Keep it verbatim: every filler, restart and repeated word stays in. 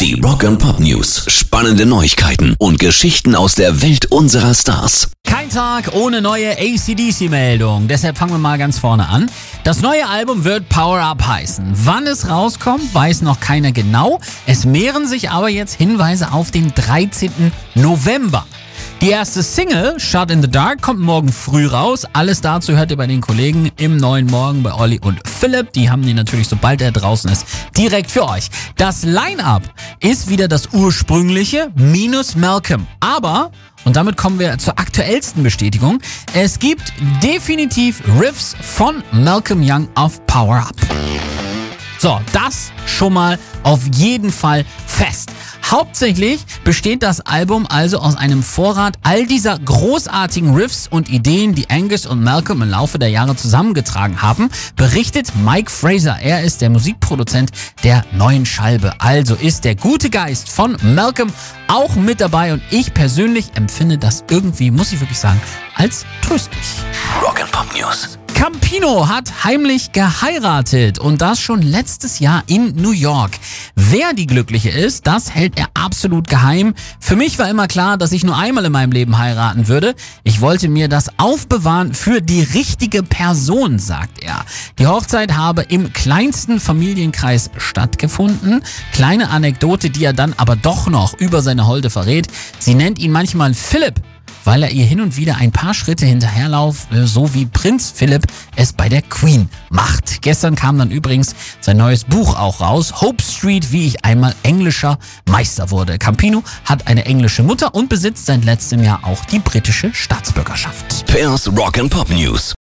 Die Rock and Pop News. Spannende Neuigkeiten und Geschichten aus der Welt unserer Stars. Kein Tag ohne neue A C D C-Meldung. Deshalb fangen wir mal ganz vorne an. Das neue Album wird Power Up heißen. Wann es rauskommt, weiß noch keiner genau. Es mehren sich aber jetzt Hinweise auf den dreizehnten November. Die erste Single, Shot in the Dark, kommt morgen früh raus. Alles dazu hört ihr bei den Kollegen im Neuen Morgen bei Olli und Philipp. Die haben die natürlich, sobald er draußen ist, direkt für euch. Das Line-Up ist wieder das ursprüngliche, minus Malcolm. Aber, und damit kommen wir zur aktuellsten Bestätigung, es gibt definitiv Riffs von Malcolm Young auf Power Up. So, das schon mal auf jeden Fall fest. Hauptsächlich besteht das Album also aus einem Vorrat all dieser großartigen Riffs und Ideen, die Angus und Malcolm im Laufe der Jahre zusammengetragen haben, berichtet Mike Fraser. Er ist der Musikproduzent der neuen Scheibe. Also ist der gute Geist von Malcolm auch mit dabei und ich persönlich empfinde das irgendwie, muss ich wirklich sagen, als tröstlich. Rock and Pop News. Campino hat heimlich geheiratet und das schon letztes Jahr in New York. Wer die Glückliche ist, das hält er absolut geheim. Für mich war immer klar, dass ich nur einmal in meinem Leben heiraten würde. Ich wollte mir das aufbewahren für die richtige Person, sagt er. Die Hochzeit habe im kleinsten Familienkreis stattgefunden. Kleine Anekdote, die er dann aber doch noch über seine Holde verrät. Sie nennt ihn manchmal Philipp, weil er ihr hin und wieder ein paar Schritte hinterherlauft, so wie Prinz Philipp es bei der Queen macht. Gestern kam dann übrigens sein neues Buch auch raus, Hope Street, wie ich einmal englischer Meister wurde. Campino hat eine englische Mutter und besitzt seit letztem Jahr auch die britische Staatsbürgerschaft. Pairs Rock and Pop News.